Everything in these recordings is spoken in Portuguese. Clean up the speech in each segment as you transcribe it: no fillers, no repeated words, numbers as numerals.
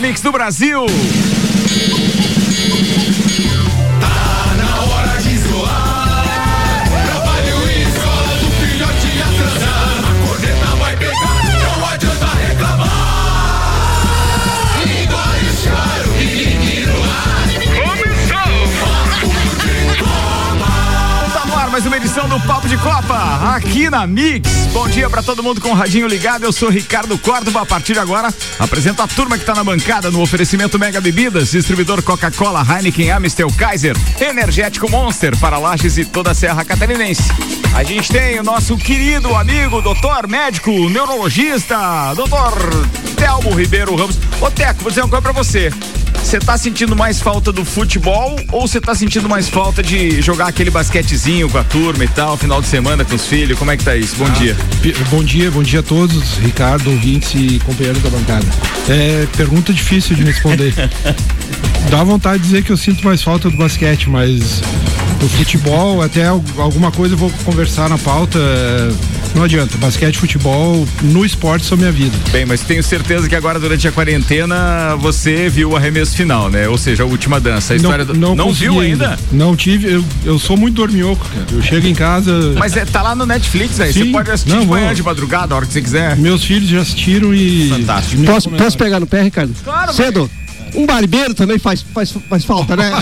Mix do Brasil. Mais uma edição do Papo de Copa, aqui na Mix. Bom dia pra todo mundo com o radinho ligado. Eu sou Ricardo Córdoba. A partir de agora, apresento a turma que tá na bancada no oferecimento Mega Bebidas, distribuidor Coca-Cola, Heineken, Amstel, Kaiser, Energético Monster para Lages e toda a Serra Catarinense. A gente tem o nosso querido amigo, doutor, médico, neurologista, doutor Telmo Ribeiro Ramos. Ô Teco, vou dizer uma coisa pra você. Você tá sentindo mais falta do futebol ou você tá sentindo mais falta de jogar aquele basquetezinho com a turma e tal, final de semana com os filhos? Como é que tá isso? Bom dia. Bom dia a todos, Ricardo, ouvintes e companheiros da bancada. Pergunta difícil de responder. Dá vontade de dizer que eu sinto mais falta do basquete, mas o futebol, até alguma coisa eu vou conversar na pauta. Não adianta, basquete e futebol no esporte são minha vida. Bem, mas tenho certeza que agora durante a quarentena você viu o arremesso final, né? Ou seja, a última dança. A história não viu ainda? Não tive, eu sou muito dorminhoco, cara. Eu chego em casa... Mas tá lá no Netflix, aí você pode assistir de manhã, de madrugada, a hora que você quiser. Meus filhos já assistiram e... Fantástico. Posso pegar no pé, Ricardo? Claro, cedo. Um barbeiro também faz falta, né?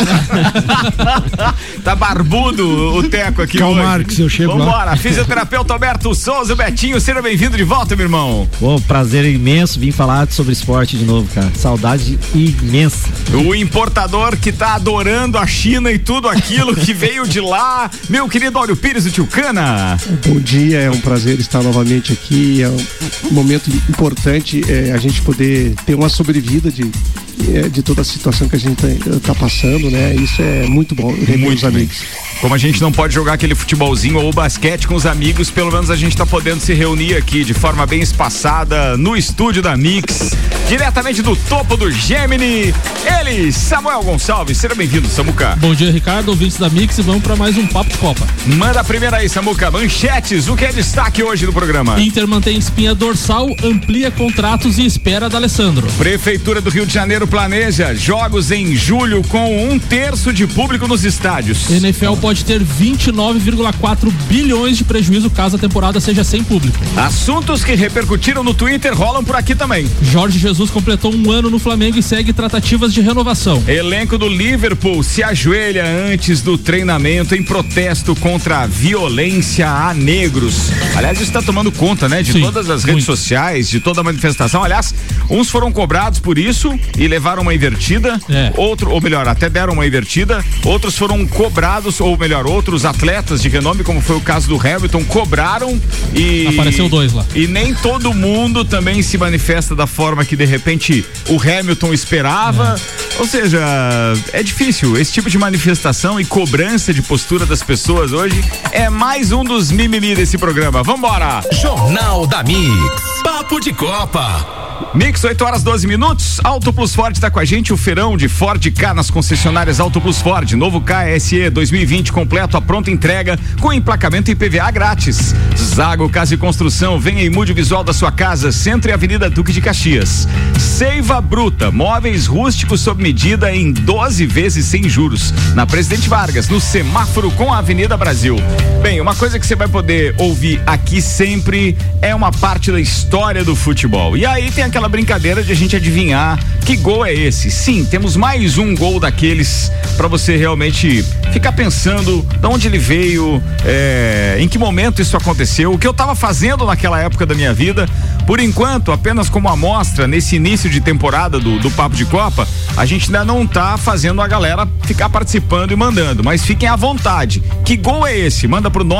Tá barbudo o Teco aqui Karl hoje. Marx, eu chego Vambora. lá. Fisioterapeuta Alberto Souza, Betinho, seja bem-vindo de volta, meu irmão. Bom, prazer imenso vir falar sobre esporte de novo, cara. Saudade imensa. O importador que tá adorando a China e tudo aquilo que veio de lá, meu querido Áureo Pires do Tchucana. Bom dia, é um prazer estar novamente aqui. É um momento importante a gente poder ter uma sobrevida de toda a situação que a gente tá passando, né? Isso é muito bom, rever os amigos. Como a gente não pode jogar aquele futebolzinho ou basquete com os amigos, pelo menos a gente tá podendo se reunir aqui de forma bem espaçada no estúdio da Mix, diretamente do topo do Gemini, ele, Samuel Gonçalves. Seja bem-vindo, Samuca. Bom dia, Ricardo, ouvintes da Mix, e vamos para mais um Papo de Copa. Manda a primeira aí, Samuca. Manchetes, o que é destaque hoje no programa? Inter mantém espinha dorsal, amplia contratos e espera da Alessandro. Prefeitura do Rio de Janeiro planeja jogos em julho com 1/3 de público nos estádios. NFL pode ter 29,4 bilhões de prejuízo caso a temporada seja sem público. Assuntos que repercutiram no Twitter rolam por aqui também. Jorge Jesus completou 1 ano no Flamengo e segue tratativas de renovação. Elenco do Liverpool se ajoelha antes do treinamento em protesto contra a violência a negros. Aliás, isso está tomando conta, né? De Sim, todas as redes sociais, de toda a manifestação. Aliás, uns foram cobrados por isso e levaram uma invertida. Ou melhor, até deram uma invertida. Outros foram cobrados, ou melhor, outros atletas de renome, como foi o caso do Hamilton, cobraram e... Apareceu 2 lá. E nem todo mundo também se manifesta da forma que de repente o Hamilton esperava. Ou seja, é difícil. Esse tipo de manifestação e cobrança de postura das pessoas hoje é mais um dos mimimi desse programa. Vambora! Jornal da Mix. Papo de Copa. Mix, 8h12. Auto Plus Ford tá com a gente, o feirão de Ford K nas concessionárias Auto Plus Ford. Novo KSE 2020 completo, a pronta entrega com emplacamento e IPVA grátis. Zago Casa e Construção, venha e mude o visual da sua casa, Centro e Avenida Duque de Caxias. Seiva Bruta, móveis rústicos sob medida em 12 vezes sem juros. Na Presidente Vargas, no semáforo com a Avenida Brasil. Bem, uma coisa que você vai poder ouvir aqui sempre é uma parte da história do futebol. E aí tem aquela brincadeira de a gente adivinhar que gol é esse. Sim, temos mais um gol daqueles pra você realmente ficar pensando de onde ele veio, em que momento isso aconteceu, o que eu tava fazendo naquela época da minha vida. Por enquanto, apenas como amostra, nesse início de temporada do Papo de Copa, a gente ainda não tá fazendo a galera ficar participando e mandando, mas fiquem à vontade. Que gol é esse? Manda pro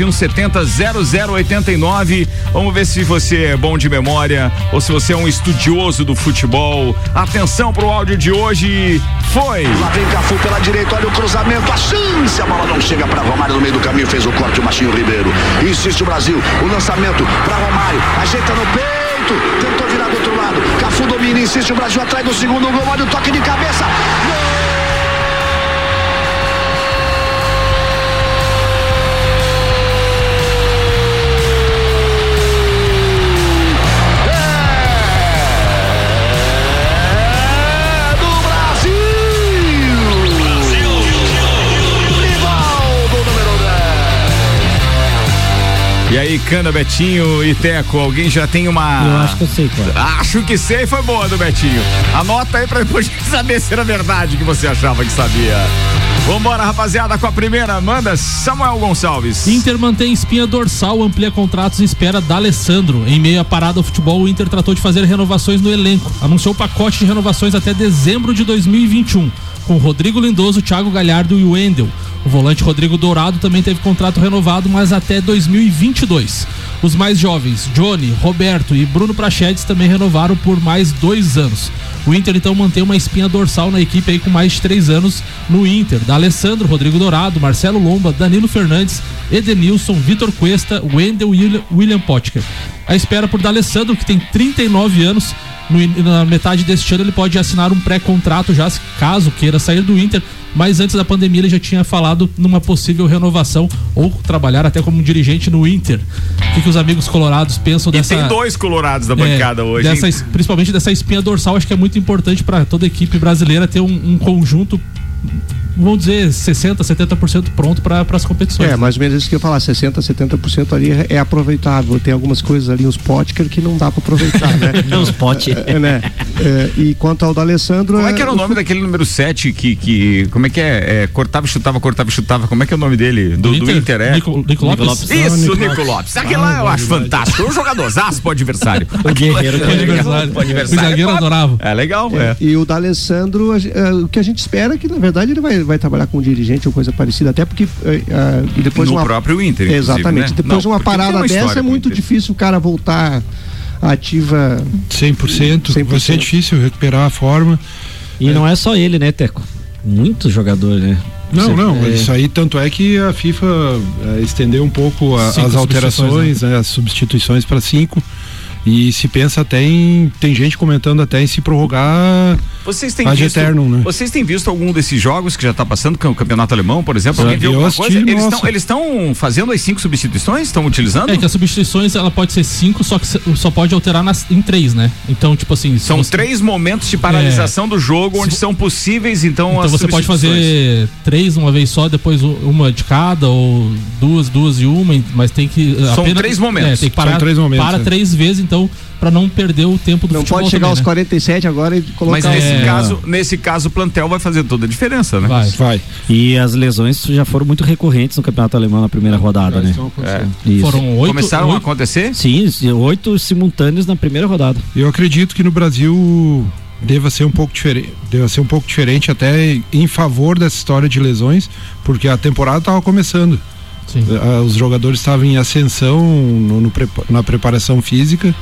991700089. Vamos ver se você é bom de memória ou se você é um estudioso do futebol. Atenção pro áudio de hoje. Foi! Lá vem Cafu pela direita, olha o cruzamento, a chance, a bola não chega para Romário no meio do caminho, fez o corte o Machinho Ribeiro. Insiste o Brasil, o lançamento para Romário, ajeita no peito, tentou virar do outro lado, Cafu domina, insiste o Brasil atrás do segundo gol, olha o toque de cabeça. Gol! E aí, Cana, Betinho e Teco, alguém já tem uma... Eu acho que eu sei, cara. Acho que sei, foi boa do Betinho. Anota aí pra depois saber se era verdade que você achava que sabia. Vambora, rapaziada, com a primeira. Manda, Samuel Gonçalves. Inter mantém espinha dorsal, amplia contratos e espera D'Alessandro. Em meio à parada do futebol, o Inter tratou de fazer renovações no elenco. Anunciou pacote de renovações até dezembro de 2021, com Rodrigo Lindoso, Thiago Galhardo e Wendel. O volante Rodrigo Dourado também teve contrato renovado, mas até 2022. Os mais jovens, Johnny, Roberto e Bruno Prachedes, também renovaram por mais 2 anos. O Inter então mantém uma espinha dorsal na equipe aí com mais de 3 anos no Inter. D'Alessandro, Rodrigo Dourado, Marcelo Lomba, Danilo Fernandes, Edenilson, Vitor Cuesta, Wendel e William Potker. A espera por D'Alessandro, que tem 39 anos. Na metade deste ano ele pode assinar um pré-contrato já, caso queira sair do Inter, mas antes da pandemia ele já tinha falado numa possível renovação ou trabalhar até como dirigente no Inter. O que os amigos colorados pensam dessa... E tem 2 colorados da bancada hoje. Principalmente dessa espinha dorsal, acho que é muito importante para toda a equipe brasileira ter um conjunto, vamos dizer, 60%, 70% pronto para as competições. Mais ou menos isso que eu ia falar, 60%, 70% ali é aproveitável. Tem algumas coisas ali, os Potker, que não dá para aproveitar, né? Os Potker. E quanto ao D'Alessandro... Como é que era o nome daquele número 7 que como é que é? Cortava e chutava, como é que é o nome dele? Do Inter, é? Nico Lopes. Isso, Nico Lopes. Aquele lá eu acho fantástico. Um jogadorzaço pro adversário. O guerreiro pro adversário. O zagueiro adorava. É legal, E o D'Alessandro, o que a gente espera é que, na verdade, ele vai trabalhar com um dirigente ou coisa parecida, até porque depois no próprio Inter, exatamente, né? Depois uma parada dessa é muito difícil o cara voltar ativa 100%, vai ser difícil recuperar a forma. E não é só ele, né, Teco? Muitos jogadores, né? Isso aí, tanto é que a FIFA estendeu um pouco as alterações, né? As substituições para 5. E se pensa até tem gente comentando até em se prorrogar ad eternum, né? Vocês têm visto algum desses jogos que já está passando com o campeonato alemão, por exemplo? Alguém viu alguma coisa? Eles estão fazendo as 5 substituições? Estão utilizando? É que as substituições, ela pode ser 5, só que só pode alterar em 3, né? Então, tipo assim... São 3 momentos de paralisação do jogo, onde são possíveis, então as você pode fazer 3 uma vez só, depois uma de cada, ou duas e uma, mas tem que... São 3 momentos. Tem que parar, 3 momentos, para 3 vezes, então, para não perder o tempo do futebol. Não pode chegar aos 47 agora e colocar... Mas nesse caso o plantel vai fazer toda a diferença, né? Vai. E as lesões já foram muito recorrentes no campeonato alemão na primeira rodada, né? Foram 8. Começaram a acontecer? Sim, 8 simultâneos na primeira rodada. Eu acredito que no Brasil deva ser um pouco diferente até em favor dessa história de lesões, porque a temporada estava começando. Sim. Os jogadores estavam em ascensão na preparação física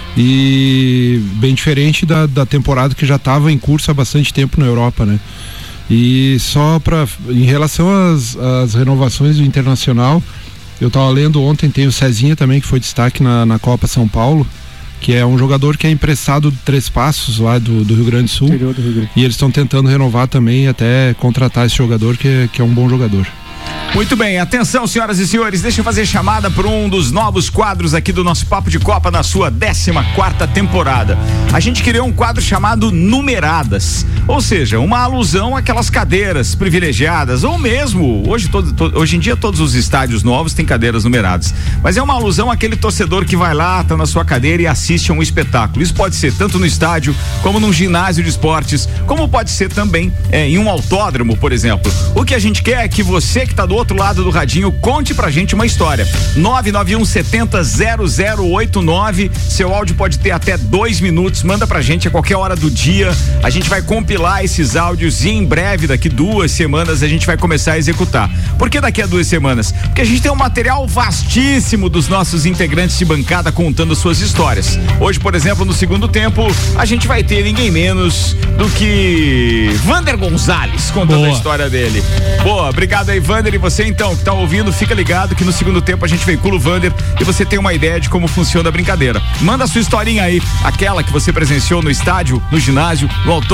e bem diferente da temporada que já estava em curso há bastante tempo na Europa, né? E só em relação às renovações do Internacional, eu estava lendo ontem, tem o Cezinha também, que foi destaque na Copa São Paulo, que é um jogador que é emprestado de 3 Passos lá do Rio Grande do Sul, e eles estão tentando renovar também, até contratar esse jogador que é um bom jogador. Muito bem, atenção, senhoras e senhores, deixa eu fazer chamada por um dos novos quadros aqui do nosso Papo de Copa na sua 14ª temporada. A gente criou um quadro chamado Numeradas, ou seja, uma alusão àquelas cadeiras privilegiadas, ou mesmo, hoje em dia todos os estádios novos têm cadeiras numeradas, mas é uma alusão àquele torcedor que vai lá, tá na sua cadeira e assiste a um espetáculo. Isso pode ser tanto no estádio, como num ginásio de esportes, como pode ser também em um autódromo, por exemplo. O que a gente quer é que você que tá do outro lado do radinho, conte pra gente uma história. 991 70 0089. Seu áudio pode ter até 2 minutos. Manda pra gente a qualquer hora do dia. A gente vai compilar esses áudios e em breve, daqui 2 semanas, a gente vai começar a executar. Por que daqui a 2 semanas? Porque a gente tem um material vastíssimo dos nossos integrantes de bancada contando suas histórias. Hoje, por exemplo, no segundo tempo, a gente vai ter ninguém menos do que Vander Gonzalez contando a história dele. Boa, obrigado aí, Vander. E você então que tá ouvindo, fica ligado que no segundo tempo a gente veicula o Vander e você tem uma ideia de como funciona a brincadeira. Manda a sua historinha aí, aquela que você presenciou no estádio, no ginásio, no autódromo.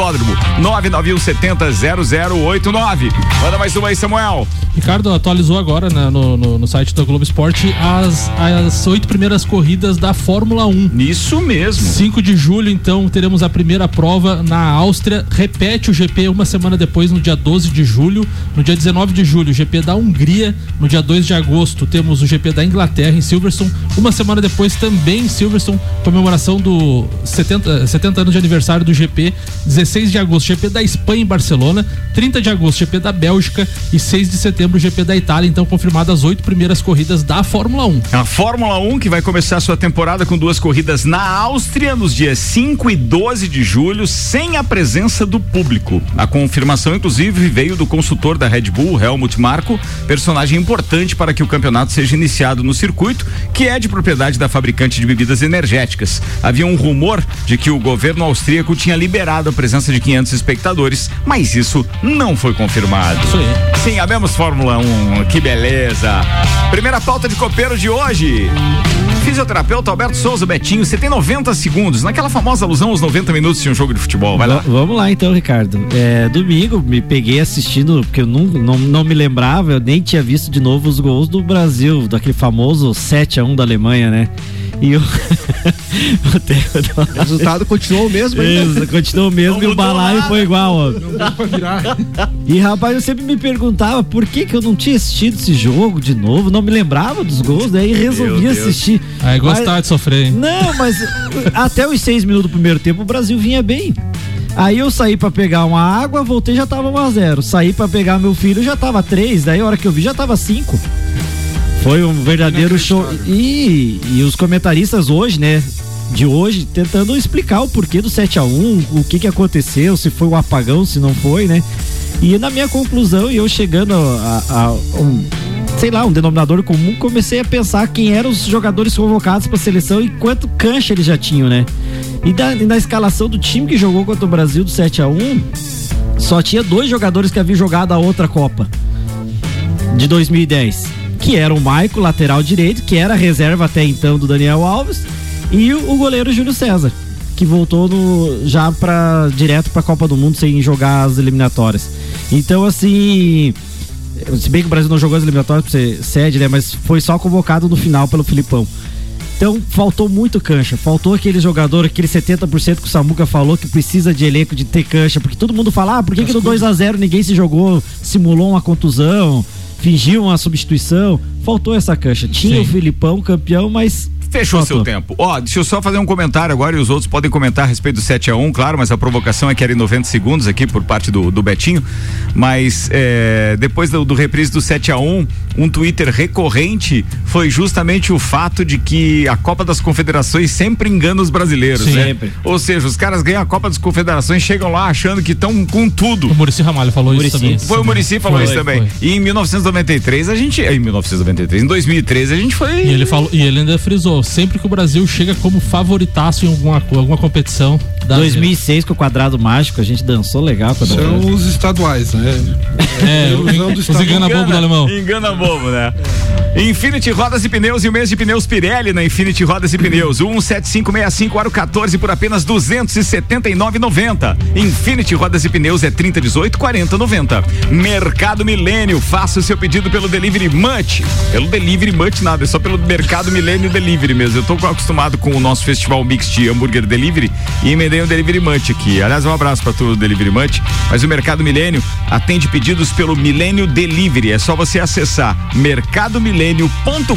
991700089. Manda mais uma aí, Samuel. Ricardo atualizou agora, né, no site da Globo Esporte as 8 primeiras corridas da Fórmula 1. Isso mesmo. 5 de julho, então, teremos a primeira prova na Áustria. Repete o GP uma semana depois, no dia 12 de julho. No dia 19 de julho, o GP da Hungria. No dia 2 de agosto, temos o GP da Inglaterra em Silverstone. Uma semana depois, também em Silverstone, comemoração do 70 anos de aniversário do GP. 16 de agosto, GP da Espanha em Barcelona. 30 de agosto, GP da Bélgica. E 6 de setembro, o GP da Itália. Então, confirmadas as 8 primeiras corridas da Fórmula 1. A Fórmula 1 que vai começar sua temporada com 2 corridas na Áustria nos dias 5 e 12 de julho, sem a presença do público. A confirmação, inclusive, veio do consultor da Red Bull, Helmut Marko, personagem importante para que o campeonato seja iniciado no circuito, que é de propriedade da fabricante de bebidas energéticas. Havia um rumor de que o governo austríaco tinha liberado a presença de 500 espectadores, mas isso não foi confirmado. Isso aí. Sim, abemos Fórmula 1, que beleza. Primeira pauta de copeiro de hoje. Fisioterapeuta Alberto Souza, Betinho, você tem 90 segundos, naquela famosa alusão aos 90 minutos de um jogo de futebol, vai lá. Vamos lá então, Ricardo. Domingo me peguei assistindo, porque eu não me lembrava, eu nem tinha visto de novo os gols do Brasil, daquele famoso 7-1 da Alemanha, né? E o resultado continuou o mesmo ainda. Isso, continuou o mesmo, e o balaio foi igual, ó. Não deu pra virar. E rapaz, eu sempre me perguntava por que eu não tinha assistido esse jogo de novo, não me lembrava dos gols, daí resolvi assistir. Aí gostar de sofrer, hein? Não, mas até os 6 minutos do primeiro tempo o Brasil vinha bem. Aí eu saí pra pegar uma água, voltei, já tava 1-0. Saí pra pegar meu filho, já tava 3, daí a hora que eu vi já tava 5. Foi um verdadeiro show. E os comentaristas hoje, né? De hoje, tentando explicar o porquê do 7-1, o que aconteceu, se foi um apagão, se não foi, né? E na minha conclusão, e eu chegando a um denominador comum, comecei a pensar quem eram os jogadores convocados pra seleção e quanto cancha eles já tinham, né? E na escalação do time que jogou contra o Brasil do 7-1, só tinha 2 jogadores que haviam jogado a outra Copa de 2010. Que era o Maico, lateral direito, que era a reserva até então do Daniel Alves, e o goleiro Júlio César, que voltou direto pra Copa do Mundo sem jogar as eliminatórias. Então, assim, se bem que o Brasil não jogou as eliminatórias, pra ser sede, né? Mas foi só convocado no final pelo Filipão. Então, faltou muito cancha, faltou aquele jogador, aquele 70% que o Samuca falou que precisa de elenco, de ter cancha, porque todo mundo fala, por que no 2-0 ninguém se jogou, simulou uma contusão, fingiu uma substituição, faltou essa cancha. Tinha o Filipão campeão, mas fechou seu tempo. Deixa eu só fazer um comentário agora e os outros podem comentar a respeito do 7-1, claro, mas a provocação é que era em 90 segundos aqui por parte do Betinho, mas depois do reprise do 7-1, um Twitter recorrente foi justamente o fato de que a Copa das Confederações sempre engana os brasileiros, né? Sempre. Ou seja, os caras ganham a Copa das Confederações, chegam lá achando que estão com tudo. O Muricy Ramalho falou isso também. Foi o Muricy que falou isso também. E em 1993 em 2013 a gente foi... E ele ainda frisou, sempre que o Brasil chega como favoritaço em alguma competição. 2006 com o quadrado mágico, a gente dançou legal. São os estaduais, né? Os engana-bobo do alemão. Engana-bobo, né? Infinity Rodas e Pneus e o mês de pneus Pirelli na Infinity Rodas e Pneus. 17565 aro 14 por apenas R$279,90. Infinity Rodas e Pneus é 3018-4090. Mercado Milênio, faça o seu pedido pelo Delivery Munch. Pelo Delivery Munch nada, é só pelo Mercado Milênio Delivery mesmo. Eu tô acostumado com o nosso festival mix de hambúrguer delivery e emendei o Delivery Munch aqui. Aliás, um abraço pra todo o Delivery Munch, mas o Mercado Milênio atende pedidos pelo Milênio Delivery. É só você acessar mercadomilênio.com.br.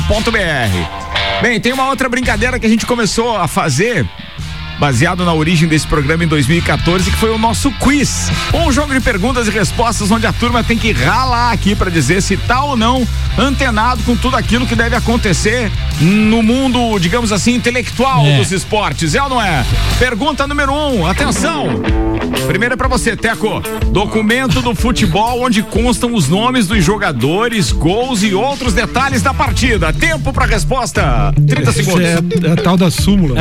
Bem, tem uma outra brincadeira que a gente começou a fazer baseado na origem desse programa em 2014, que foi o nosso quiz. Um jogo de perguntas e respostas onde a turma tem que ralar aqui pra dizer se tá ou não antenado com tudo aquilo que deve acontecer no mundo, digamos assim, intelectual dos esportes. É ou não é? Pergunta número 1, atenção! Primeiro é pra você, Teco. Documento do futebol onde constam os nomes dos jogadores, gols e outros detalhes da partida. Tempo pra resposta. 30 segundos. É a tal da súmula.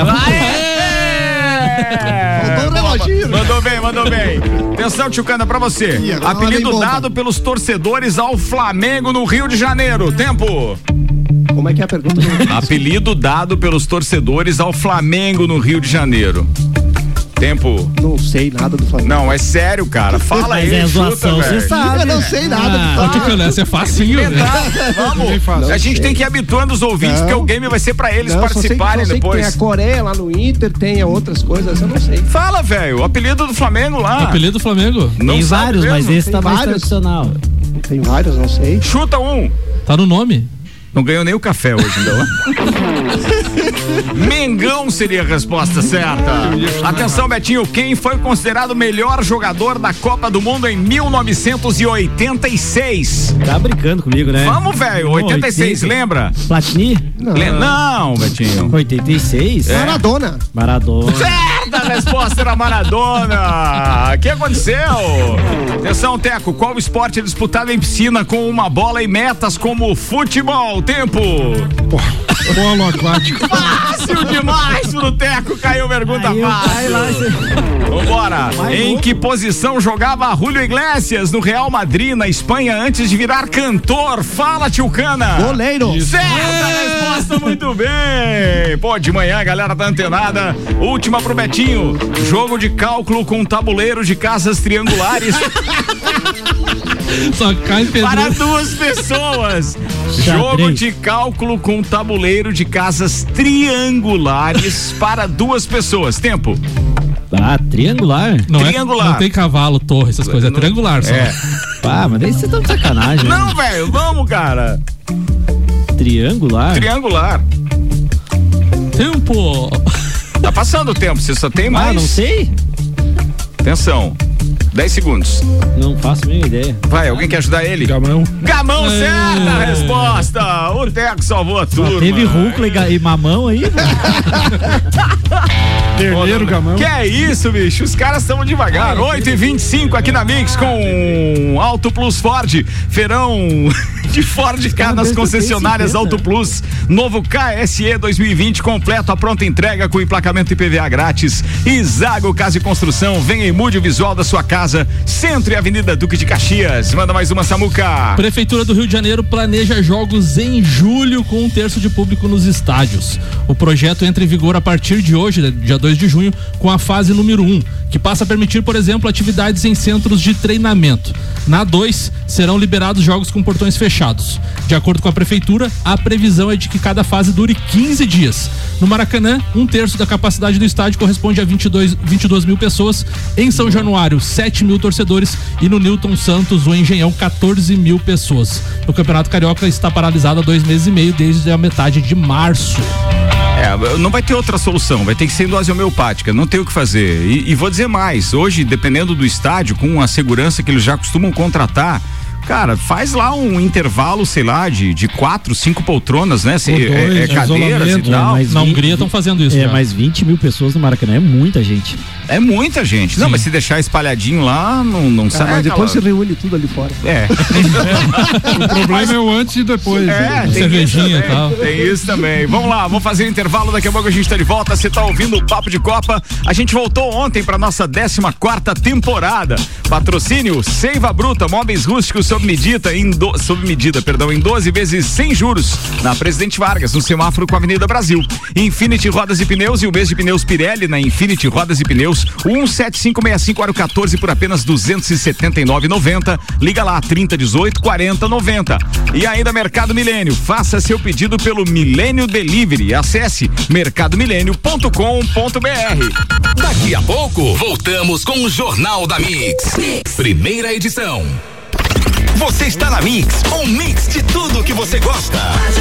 Faltou o reloginho. Mandou bem. Atenção, Tchucana, pra você. Apelido dado pelos torcedores ao Flamengo no Rio de Janeiro. Tempo. Como é que é a pergunta? Apelido dado pelos torcedores ao Flamengo no Rio de Janeiro. Tempo. Não sei nada do Flamengo. Não, é sério, cara. Fala aí, é chuta, zoação, você velho. sabe. Eu não sei nada do Pode Flamengo. que essa é facinho, né? Vamos. A gente tem que ir habituando os ouvintes, porque o game vai ser pra eles participarem depois. Tem a Coreia lá no Inter, tem outras coisas, eu não sei. Fala, velho. O apelido do Flamengo lá. O apelido do Flamengo? Não Tem sabe vários, mesmo? mas esse Tem tá mais vários. tradicional. Tem vários, não sei. Chuta um. Tá no nome? Não ganhou nem o café hoje, então. Mengão seria a resposta certa. Atenção, Betinho, quem foi considerado o melhor jogador da Copa do Mundo em 1986? Tá brincando comigo, né? Vamos, velho, 86, lembra? Platini? Não, Betinho. 86? Maradona. Maradona. Certa resposta era Maradona. O que aconteceu? Atenção, Teco, qual esporte é disputado em piscina com uma bola e metas como futebol? Tempo. Polo aquático. Fácil demais pro Teco, caiu pergunta fácil. Vambora. Em que posição jogava Julio Iglesias no Real Madrid, na Espanha, antes de virar cantor? Fala, tio Cana. Goleiro. Certa resposta, muito bem. Pô, de manhã a galera tá antenada. Última pro Betinho. Jogo de cálculo com tabuleiro de casas triangulares Só cai Pedro. para duas pessoas. Jogo de cálculo com tabuleiro de casas triangulares para duas pessoas. Tempo. Ah, triangular? Não Triangular. não tem cavalo, torre, essas coisas. É triangular só. É. Ah, mas daí vocês estão de sacanagem. né? Não, velho, vamos, cara. Triangular? Triangular. Tempo. Tá passando o tempo, você só tem mais. Ah, não sei? Atenção. 10 segundos. Não faço a mínima ideia. Vai, alguém quer ajudar ele? Gamão. Gamão, certa a resposta. O Teco salvou a turma. Teve rúcula e mamão aí? Terneiro, gamão. Que é isso, bicho? Os caras estão devagar. 8h25 aqui na Mix com Auto Plus Ford. Feirão de Ford K nas concessionárias Auto Plus. Novo KSE 2020 completo, a pronta entrega com emplacamento IPVA grátis. E Zago Casa e Construção. Venha e mude o visual da sua casa. Centro e Avenida Duque de Caxias. Manda mais uma, Samuca. Prefeitura do Rio de Janeiro planeja jogos em julho com 1/3 de público nos estádios. O projeto entra em vigor a partir de hoje, dia 2 de junho, com a fase número 1, que passa a permitir, por exemplo, atividades em centros de treinamento. Na 2, serão liberados jogos com portões fechados. De acordo com a prefeitura, a previsão é de que cada fase dure 15 dias. No Maracanã, 1/3 da capacidade do estádio corresponde a 22 mil pessoas. Em São Januário, 7 mil torcedores, e no Newton Santos, o Engenhão, 14 mil pessoas. O Campeonato Carioca está paralisado há 2 meses e meio, desde a metade de março. Não vai ter outra solução, vai ter que ser em dose homeopática, não tem o que fazer. E vou dizer mais, hoje, dependendo do estádio, com a segurança que eles já costumam contratar, cara, faz lá um intervalo, sei lá, de 4, 5 poltronas, né? Cadeiras e tal. Na Hungria estão fazendo isso. É, mas 20 mil pessoas no Maracanã é muita gente. É muita gente. Não, mas se deixar espalhadinho lá, não sai. Mas depois se reúne tudo ali fora. É. O problema é o antes e depois. Tem cervejinha isso e tal. Tem isso também. Vamos lá, vamos fazer intervalo, daqui a pouco a gente tá de volta. Você tá ouvindo o Papo de Copa. A gente voltou ontem pra nossa 14ª temporada. Patrocínio Seiva Bruta, móveis rústicos sob medida, em 12 vezes sem juros. Na Presidente Vargas, no semáforo com a Avenida Brasil. Infinity Rodas e Pneus e o mês de pneus Pirelli na Infinity Rodas e Pneus. 17565 aro 14 por apenas R$279,90. Liga lá, 3018-4090. E ainda Mercado Milênio. Faça seu pedido pelo Milênio Delivery. Acesse mercadomilênio.com.br. Daqui a pouco, voltamos com o Jornal da Mix. Primeira edição. Você está na Mix, um mix de tudo que você gosta.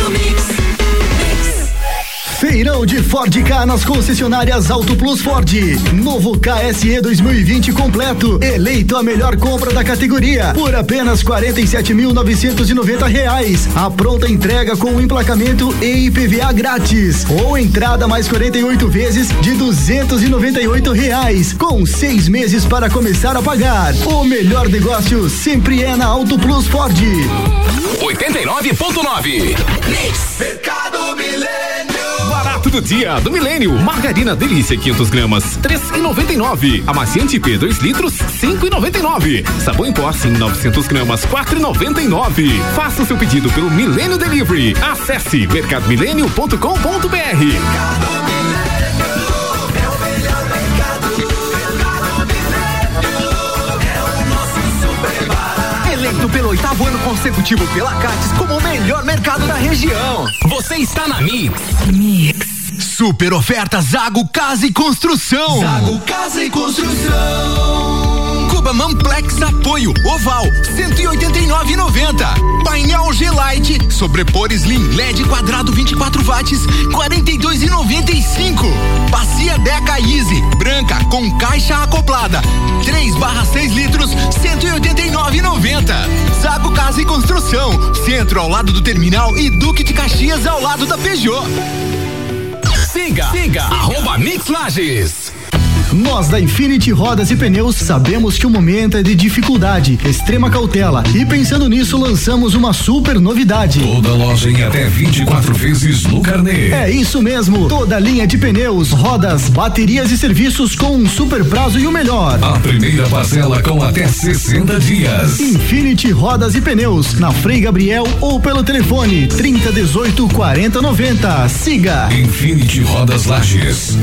Feirão de Ford K nas concessionárias Auto Plus Ford. Novo KSE 2020 completo. Eleito a melhor compra da categoria. Por apenas R$47.990. A pronta entrega com emplacamento e IPVA grátis. Ou entrada mais 48 vezes de R$298. Com 6 meses para começar a pagar. O melhor negócio sempre é na Auto Plus Ford. 89.9. Mercado Milênio. Barato do dia do Milênio. Margarina Delícia 500 gramas, R$3,99. Amaciante P 2 litros, R$5,99. Sabão em pó Sim 900 gramas, R$4,99. Faça o seu pedido pelo Milênio Delivery. Acesse mercadomilênio.com.br. 8º ano consecutivo pela Cates como o melhor mercado da região. Você está na Mix. Super oferta Zago Casa e Construção. Zago Casa e Construção. Cuba Manplex Apoio Oval 189,90. Painel G-Lite Sobrepor Slim LED quadrado 24 watts 42,95. Bacia Deca Easy branca com caixa acoplada 3/6 litros 189,90. Zago Casa e Construção, Centro ao lado do terminal e Duque de Caxias ao lado da Peugeot. Siga @Mix Lages. Nós da Infinity Rodas e Pneus sabemos que o momento é de dificuldade, extrema cautela e pensando nisso lançamos uma super novidade. Toda loja em até 24 vezes no carnê. É isso mesmo, toda linha de pneus, rodas, baterias e serviços com um super prazo e o melhor. A primeira parcela com até 60 dias. Infinity Rodas e Pneus, na Frei Gabriel ou pelo telefone 3018 4090. Siga Infinity Rodas Lages.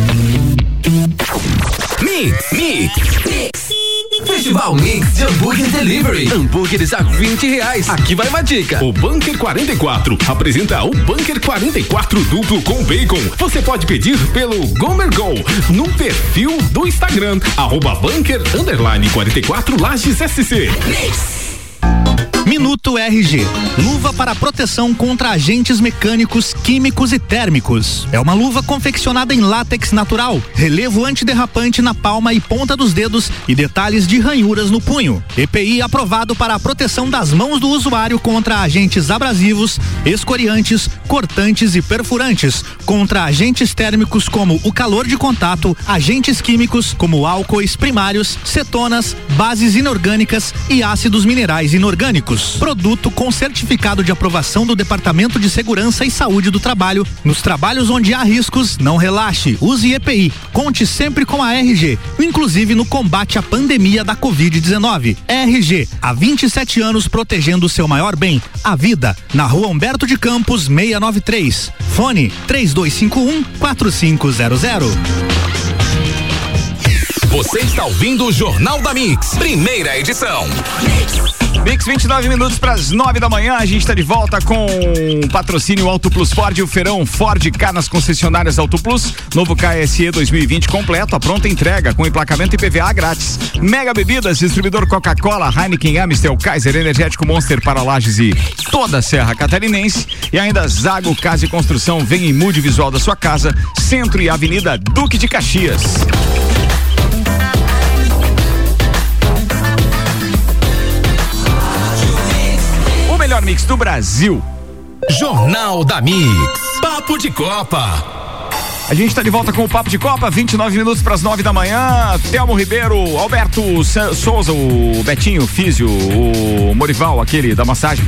Mix. Festival Mix de Hambúrguer Delivery. Hambúrgueres a R$20. Aqui vai uma dica. O Bunker 44 apresenta o Bunker 44 duplo com bacon. Você pode pedir pelo GomerGo no perfil do Instagram @Bunker_44 Lages SC. Minuto RG. Luva para proteção contra agentes mecânicos, químicos e térmicos. É uma luva confeccionada em látex natural, relevo antiderrapante na palma e ponta dos dedos e detalhes de ranhuras no punho. EPI aprovado para a proteção das mãos do usuário contra agentes abrasivos, escoriantes, cortantes e perfurantes, contra agentes térmicos como o calor de contato, agentes químicos como álcoois primários, cetonas, bases inorgânicas e ácidos minerais inorgânicos. Produto com certificado de aprovação do Departamento de Segurança e Saúde do Trabalho. Nos trabalhos onde há riscos, não relaxe, use EPI. Conte sempre com a RG, inclusive no combate à pandemia da Covid-19. RG, há 27 anos protegendo o seu maior bem, a vida. Na Rua Humberto de Campos, 693. Fone 3251-4500. Você está ouvindo o Jornal da Mix, primeira edição. Mix, 29 minutos para as 9 da manhã. A gente está de volta com patrocínio Auto Plus Ford e o Feirão Ford K nas concessionárias Auto Plus. Novo KSE 2020 completo, a pronta entrega com emplacamento e PVA grátis. Mega Bebidas, distribuidor Coca-Cola, Heineken, Amstel, Kaiser, Energético Monster para Lages e toda a Serra Catarinense. E ainda Zago Casa e Construção. Vem e mude o visual da sua casa. Centro e Avenida Duque de Caxias. Melhor mix do Brasil. Jornal da Mix. Papo de Copa. A gente está de volta com o Papo de Copa, 29 minutos para as 9 da manhã. Telmo Ribeiro, Alberto Souza, o Betinho, Físio, o Morival, aquele da massagem.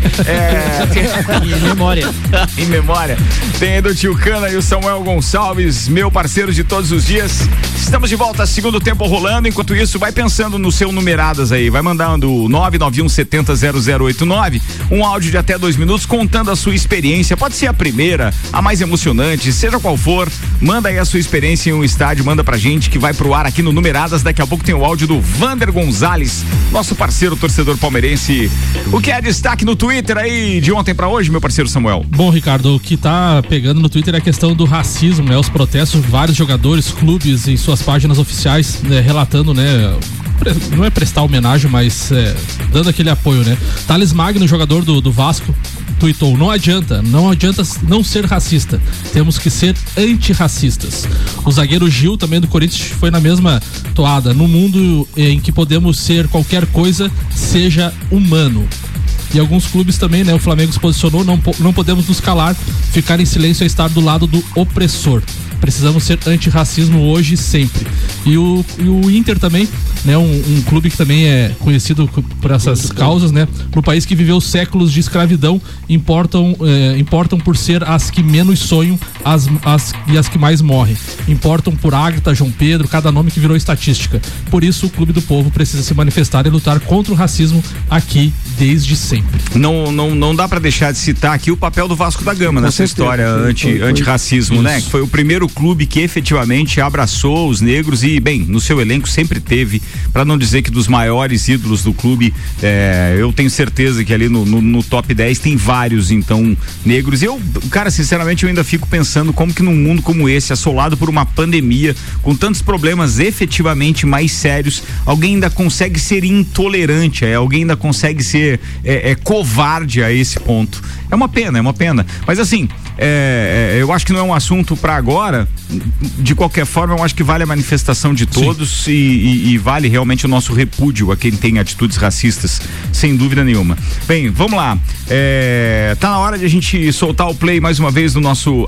Em memória. Em memória. Tem do Tio Cana e o Samuel Gonçalves, meu parceiro de todos os dias. Estamos de volta, segundo tempo rolando. Enquanto isso, vai pensando no seu numeradas aí. Vai mandando 991700089, um áudio de até 2 minutos contando a sua experiência. Pode ser a primeira, a mais emocionante, seja qual for. Manda aí a sua experiência em um estádio, manda pra gente que vai pro ar aqui no Numeradas. Daqui a pouco tem o áudio do Vander Gonzalez, nosso parceiro torcedor palmeirense. O que é destaque no Twitter aí de ontem pra hoje, meu parceiro Samuel? Bom, Ricardo, o que tá pegando no Twitter é a questão do racismo, né? Os protestos de vários jogadores, clubes em suas páginas oficiais, né? Relatando, né? Não é prestar homenagem, mas dando aquele apoio, né? Thales Magno, jogador do Vasco, tuitou: não adianta não ser racista, temos que ser antirracistas. O zagueiro Gil, também do Corinthians, foi na mesma toada: no mundo em que podemos ser qualquer coisa, seja humano. E alguns clubes também, né? O Flamengo se posicionou: não podemos nos calar, ficar em silêncio é estar do lado do opressor. Precisamos ser antirracismo hoje e sempre. E o Inter também, né? Um clube que também é conhecido por essas causas, né? No país que viveu séculos de escravidão, importam por ser as que menos sonham e as que mais morrem. Importam por Ágata, João Pedro, cada nome que virou estatística. Por isso o Clube do Povo precisa se manifestar e lutar contra o racismo aqui desde sempre. Não dá pra deixar de citar aqui o papel do Vasco da Gama nessa história antirracismo, né? Que foi o primeiro clube que efetivamente abraçou os negros e, bem, no seu elenco sempre teve para não dizer que dos maiores ídolos do clube. Eu tenho certeza que ali no top 10 tem vários, então, negros. Eu, cara, sinceramente, eu ainda fico pensando como que num mundo como esse, assolado por uma pandemia, com tantos problemas efetivamente mais sérios, alguém ainda consegue ser intolerante, alguém ainda consegue ser covarde a esse ponto. É uma pena. Mas assim, eu acho que não é um assunto para agora. De qualquer forma, eu acho que vale a manifestação de todos e vale realmente o nosso repúdio a quem tem atitudes racistas, sem dúvida nenhuma. Bem, vamos lá. Tá na hora de a gente soltar o play mais uma vez do nosso...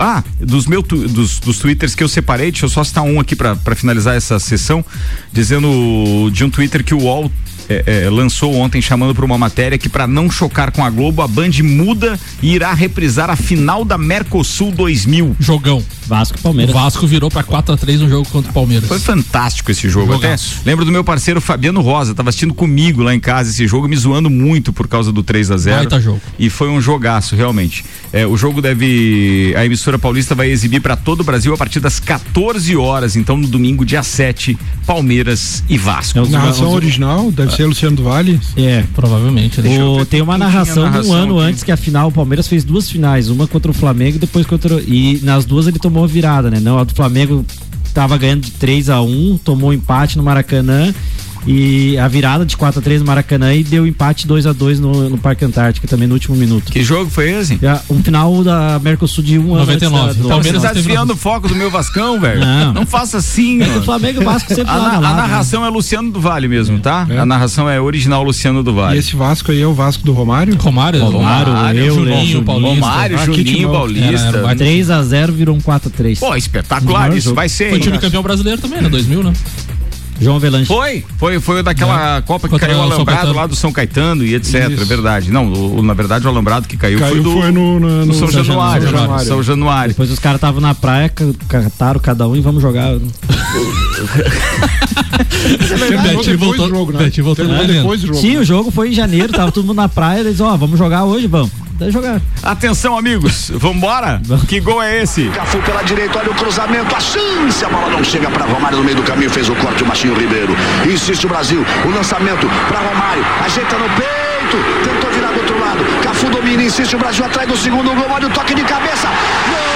dos twitters que eu separei. Deixa eu só citar um aqui para finalizar essa sessão, dizendo de um twitter que o UOL lançou ontem, chamando para uma matéria que, para não chocar com a Globo, a Band muda e irá reprisar a final da Mercosul 2000. Jogão. Vasco e Palmeiras. O Vasco virou pra 4-3 no jogo contra o Palmeiras. Foi fantástico esse jogo. Jogaço. Até lembro do meu parceiro Fabiano Rosa, tava assistindo comigo lá em casa esse jogo, me zoando muito por causa do 3-0. Baita jogo. E foi um jogaço, realmente. O jogo a emissora paulista vai exibir para todo o Brasil a partir das 14 horas, então no domingo, dia 7, Palmeiras e Vasco. Narração original, deve ser Luciano do Vale. Provavelmente. Tem uma narração de um ano antes, que a final, o Palmeiras fez duas finais, uma contra o Flamengo e depois e nas duas ele tomou virada, né? Não, a do Flamengo tava ganhando de 3-1, tomou empate no Maracanã, e a virada de 4-3 no Maracanã e deu empate 2-2 no Parque Antártica também no último minuto. Que jogo foi esse? Um final da Mercosul de 99. O Palmeiras tá desviando o foco do meu Vascão, velho. Não faça assim. O Flamengo e o Vasco sempre a narração é Luciano do Vale mesmo, tá? A narração é original Luciano do Vale. E esse Vasco aí é o Vasco do Romário? Romário, Juninho Paulista. 3-0 virou um 4-3. Pô, espetacular isso. Vai ser. Foi time campeão brasileiro também, né? 2000, né? João Avelanche. Foi daquela Copa que caiu o Alambrado lá do São Caetano e etc. É verdade. Não, na verdade o Alambrado que caiu foi no São Januário. São Januário. Depois os caras estavam na praia, cataram cada um e vamos jogar. Voltou depois do jogo. Sim, o jogo foi em janeiro, tava todo mundo na praia, eles vamos jogar hoje, vamos. Jogar. Atenção, amigos, vambora? Que gol é esse? Cafu pela direita, olha o cruzamento, a chance, a bola não chega para Romário no meio do caminho, fez o corte o Machinho Ribeiro. Insiste o Brasil, o lançamento para Romário, ajeita no peito, tentou virar do outro lado, Cafu domina, insiste o Brasil atrás do segundo gol, olha o toque de cabeça. Gol!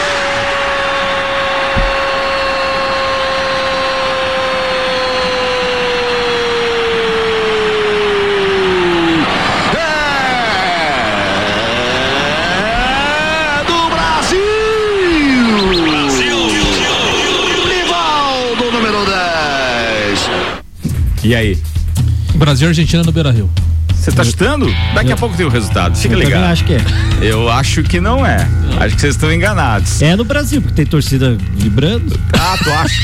E aí? Brasil e Argentina no Beira-Rio. Você tá chutando? Daqui a pouco tem o resultado. Fica ligado. Eu acho que é. Eu acho que não é. Acho que vocês estão enganados. É no Brasil, porque tem torcida vibrando. Tu acha?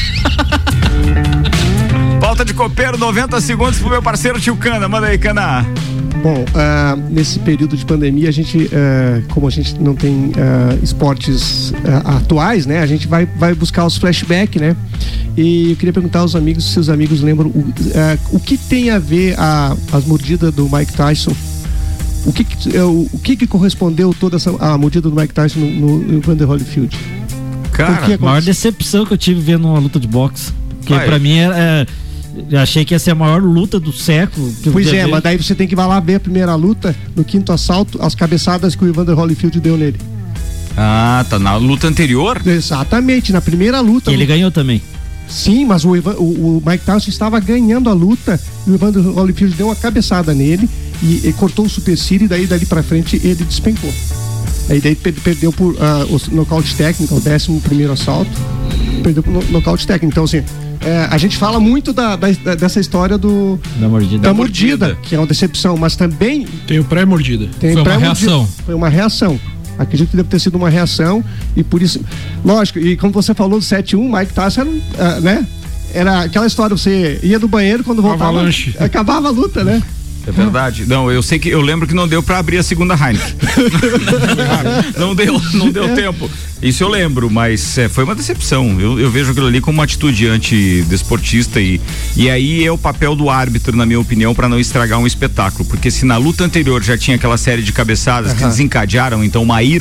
Falta de copeiro, 90 segundos pro meu parceiro Tio Cana. Manda aí, Cana. Bom, nesse período de pandemia, a gente, como a gente não tem esportes atuais, né? A gente vai buscar os flashbacks, né? E eu queria perguntar aos amigos, se os amigos lembram o que tem a ver as mordidas do Mike Tyson. O que correspondeu toda a mordida do Mike Tyson no Evander Holyfield? Cara, a maior decepção que eu tive vendo uma luta de boxe. Porque pra mim eu achei que ia ser a maior luta do século. Pois é, mas daí você tem que ir lá ver a primeira luta, no quinto assalto, as cabeçadas que o Evander Holyfield deu nele. Ah, tá na luta anterior? Exatamente, na primeira luta. E ele ganhou também. Sim, mas o Mike Tyson estava ganhando a luta e o Evander Holyfield deu uma cabeçada nele e cortou o supercílio e dali pra frente ele despencou. Aí daí perdeu por o nocaute técnico, o 11º assalto, perdeu por nocaute técnico. Então assim, a gente fala muito dessa história da mordida, que é uma decepção, mas também tem o pré-mordida. Foi uma reação. Foi uma reação. Acredito que deve ter sido uma reação e por isso, lógico, e como você falou do 7-1, Mike Tyson, né? Era aquela história, você ia do banheiro quando voltava, acabava a luta, né? É verdade. Não, eu lembro que não deu pra abrir a segunda Heineken. não deu tempo. Isso eu lembro, mas foi uma decepção. Eu vejo aquilo ali como uma atitude antidesportista e aí é o papel do árbitro, na minha opinião, pra não estragar um espetáculo. Porque se na luta anterior já tinha aquela série de cabeçadas que desencadearam, então, uma ira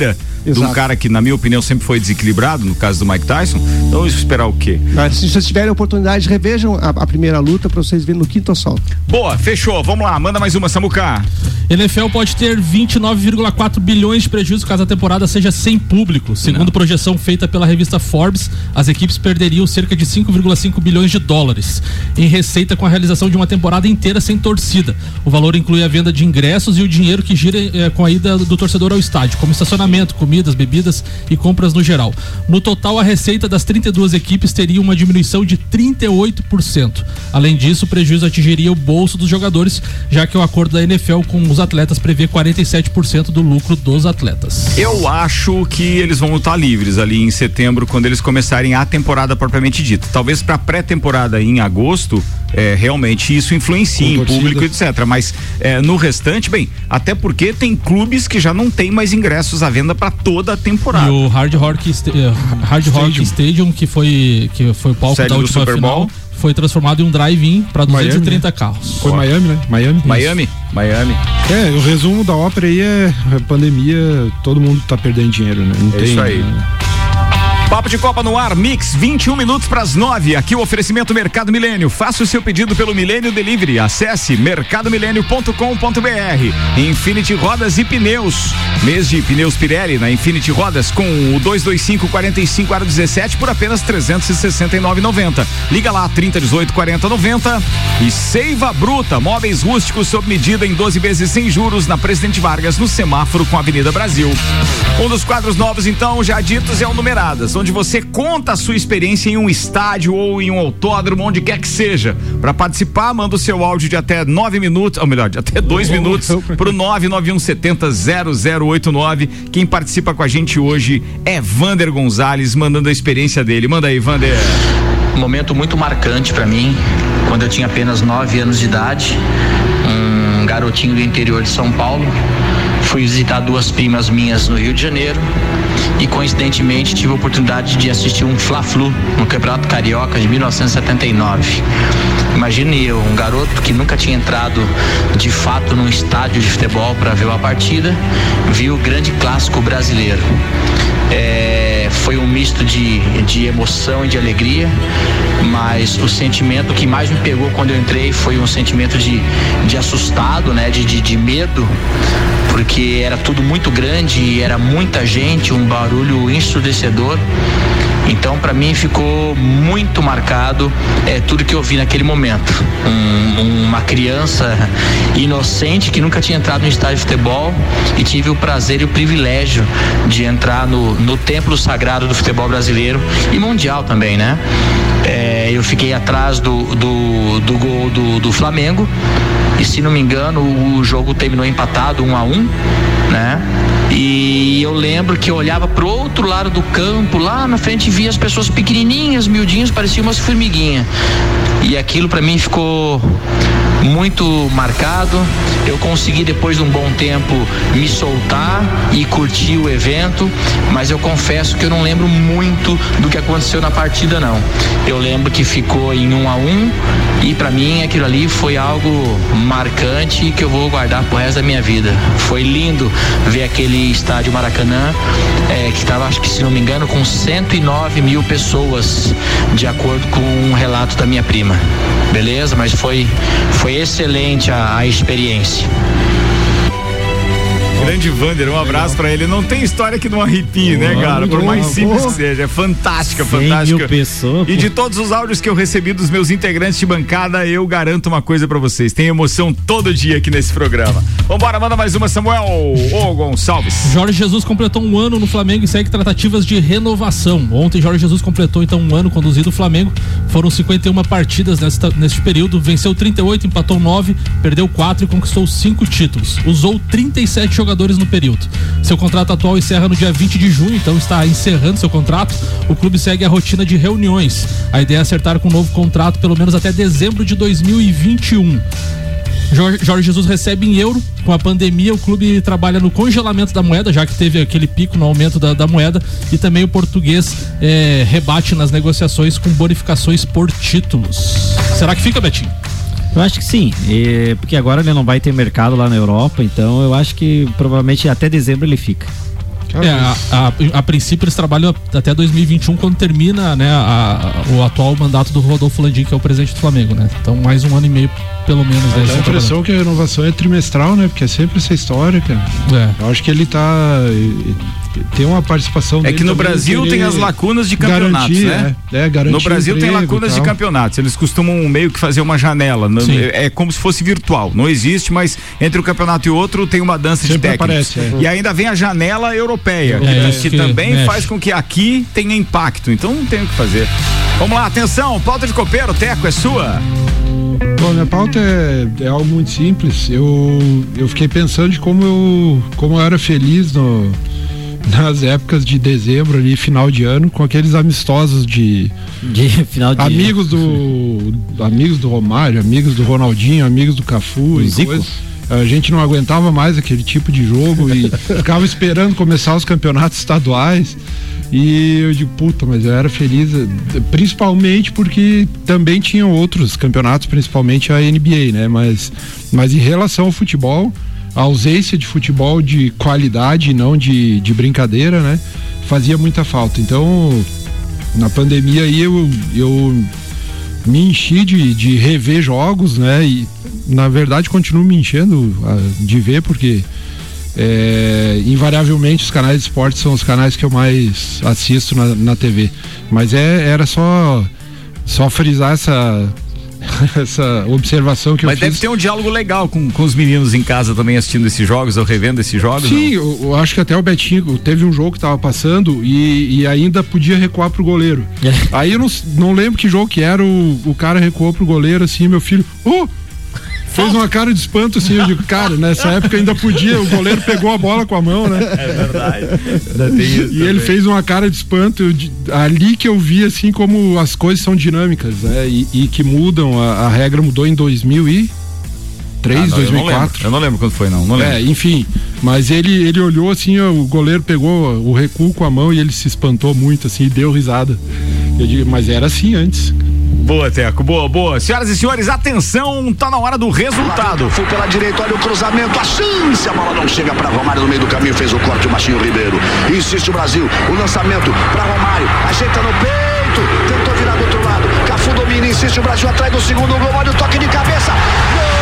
de um cara que, na minha opinião, sempre foi desequilibrado, no caso do Mike Tyson. Então, esperar o quê? Mas, se vocês tiverem a oportunidade, revejam a primeira luta para vocês verem no quinto assalto. Boa, fechou. Vamos lá, manda mais uma, Samuca. NFL pode ter 29,4 bilhões de prejuízo caso a temporada seja sem público. Segundo projeção feita pela revista Forbes, as equipes perderiam cerca de 5,5 bilhões de dólares em receita com a realização de uma temporada inteira sem torcida. O valor inclui a venda de ingressos e o dinheiro que gira com a ida do torcedor ao estádio, como estacionamento, comidas, bebidas e compras no geral. No total, a receita das 32 equipes teria uma diminuição de 38%. Além disso, o prejuízo atingiria o bolso dos jogadores, já que o acordo da NFL com os atletas prevê 47% do lucro dos atletas. Eu acho que eles vão estar livres ali em setembro, quando eles começarem a temporada propriamente dita. Talvez para pré-temporada em agosto, realmente isso influencia em público, etc. Mas no restante, bem, até porque tem clubes que já não tem mais ingressos à venda para toda a temporada. E o Hard Rock Stadium, que foi o palco da última final, foi transformado em um drive-in para 230 carros. Foi Miami, né? Miami. O resumo da ópera aí é a pandemia, todo mundo tá perdendo dinheiro, né? Não tem, isso aí. Papo de Copa no ar, Mix, 21 minutos para as 9. Aqui o oferecimento Mercado Milênio. Faça o seu pedido pelo Milênio Delivery. Acesse mercadomilênio.com.br. Infinity Rodas e Pneus. Mês de pneus Pirelli na Infinity Rodas com o 225-45-17 por apenas R$ 369,90. Liga lá, 3018-4090. E Seiva Bruta, móveis rústicos sob medida em 12 vezes sem juros na Presidente Vargas, no semáforo com a Avenida Brasil. Um dos quadros novos, então, já ditos, é o Numeradas, onde você conta a sua experiência em um estádio ou em um autódromo, onde quer que seja. Para participar, manda o seu áudio de até 9 minutos, ou melhor, de até 2 minutos, pro 991700089. Quem participa com a gente hoje é Vander Gonzalez, mandando a experiência dele. Manda aí, Vander. Um momento muito marcante para mim, quando eu tinha apenas 9 anos de idade, um garotinho do interior de São Paulo. Fui visitar 2 primas minhas no Rio de Janeiro e coincidentemente tive a oportunidade de assistir um Fla-Flu no Campeonato Carioca de 1979. Imagine eu, um garoto que nunca tinha entrado de fato num estádio de futebol para ver uma partida, vi o grande clássico brasileiro. Foi um misto de emoção e de alegria, mas o sentimento que mais me pegou quando eu entrei foi um sentimento de assustado, né? De medo, porque era tudo muito grande, era muita gente, um barulho ensurdecedor. Então, para mim, ficou muito marcado tudo que eu vi naquele momento. Uma criança inocente que nunca tinha entrado no estádio de futebol e tive o prazer e o privilégio de entrar no templo sagrado do futebol brasileiro e mundial também, né? Eu fiquei atrás do gol do Flamengo e, se não me engano, o jogo terminou empatado 1-1, né? E eu lembro que eu olhava pro outro lado do campo, lá na frente, via as pessoas pequenininhas, miudinhas, pareciam umas formiguinhas. E aquilo para mim ficou muito marcado. Eu consegui, depois de um bom tempo, me soltar e curtir o evento, mas eu confesso que eu não lembro muito do que aconteceu na partida, não. Eu lembro que ficou em 1-1 e para mim aquilo ali foi algo marcante que eu vou guardar pro resto da minha vida. Foi lindo ver aquele estádio Maracanã, que estava, acho que, se não me engano, com 109 mil pessoas, de acordo com um relato da minha prima. Beleza? Mas foi excelente a experiência. Grande Vander, um abraço pra ele. Não tem história que não arrepie, né, cara? Por mais simples que seja. É fantástica, fantástica. E de todos os áudios que eu recebi dos meus integrantes de bancada, eu garanto uma coisa pra vocês: tem emoção todo dia aqui nesse programa. Vambora, manda mais uma, Samuel. Ô, Gonçalves. Jorge Jesus completou 1 ano no Flamengo e segue tratativas de renovação. Ontem, Jorge Jesus completou então 1 ano conduzindo o Flamengo. Foram 51 partidas neste período. Venceu 38, empatou 9, perdeu 4 e conquistou 5 títulos. Usou 37 jogadores no período. Seu contrato atual encerra no dia 20 de junho, então está encerrando seu contrato. O clube segue a rotina de reuniões. A ideia é acertar com um novo contrato pelo menos até dezembro de 2021. Jorge Jesus recebe em euro. Com a pandemia, o clube trabalha no congelamento da moeda, já que teve aquele pico no aumento da moeda, e também o português rebate nas negociações com bonificações por títulos. Será que fica, Betinho? Eu acho que sim, porque agora ele não vai ter mercado lá na Europa, então eu acho que provavelmente até dezembro ele fica. A princípio eles trabalham até 2021, quando termina, né, o atual mandato do Rodolfo Landim, que é o presidente do Flamengo, né? Então mais um ano e meio, pelo menos. Dá a impressão que a renovação é trimestral, né? Porque é sempre essa história, cara. Eu acho que ele tem uma participação dele. É que no Brasil tem as lacunas de campeonatos, né? No Brasil tem lacunas de campeonatos. Eles costumam meio que fazer uma janela. É como se fosse virtual. Não existe, mas entre um campeonato e outro tem uma dança sempre de técnicos. E ainda vem a janela europeia, que também faz com que aqui tenha impacto. Então não tem o que fazer. Vamos lá, atenção, pauta de copeiro, Teco, é sua. Bom, minha pauta é algo muito simples. Eu fiquei pensando de como eu era feliz nas épocas de dezembro ali, final de ano, com aqueles amistosos de final de amigos do Romário, amigos do Ronaldinho, amigos do Cafu e coisas. A gente não aguentava mais aquele tipo de jogo e ficava esperando começar os campeonatos estaduais. E eu digo, puta, mas eu era feliz, principalmente porque também tinham outros campeonatos, principalmente a NBA, né? Mas em relação ao futebol, a ausência de futebol de qualidade, não de brincadeira, né? Fazia muita falta. Então, na pandemia aí eu me enchi de rever jogos, né? E na verdade continuo me enchendo de ver, porque invariavelmente os canais de esporte são os canais que eu mais assisto na TV. Mas era só frisar essa observação que eu fiz. Mas deve ter um diálogo legal com os meninos em casa também assistindo esses jogos ou revendo esses jogos. Sim, eu acho que até o Betinho teve um jogo que tava passando e ainda podia recuar pro goleiro. Aí eu não lembro que jogo que era, o cara recuou pro goleiro assim, meu filho, fez uma cara de espanto assim, eu digo, cara, nessa época ainda podia, o goleiro pegou a bola com a mão, né? É verdade. E ele fez uma cara de espanto, ali que eu vi assim como as coisas são dinâmicas, né? E que mudam, a regra mudou em 2003, 2004. Eu não lembro quando foi, não lembro. Enfim, mas ele olhou assim, o goleiro pegou o recuo com a mão e ele se espantou muito assim e deu risada. Eu digo, mas era assim antes. Boa, Teco, boa. Senhoras e senhores, atenção, tá na hora do resultado. Foi pela direita, olha o cruzamento, a chance, a bola não chega para Romário no meio do caminho, fez o corte o Machinho Ribeiro. Insiste o Brasil, o lançamento para Romário, ajeita no peito, tentou virar do outro lado, Cafu domina, insiste o Brasil atrás do segundo gol, olha o toque de cabeça. Gol!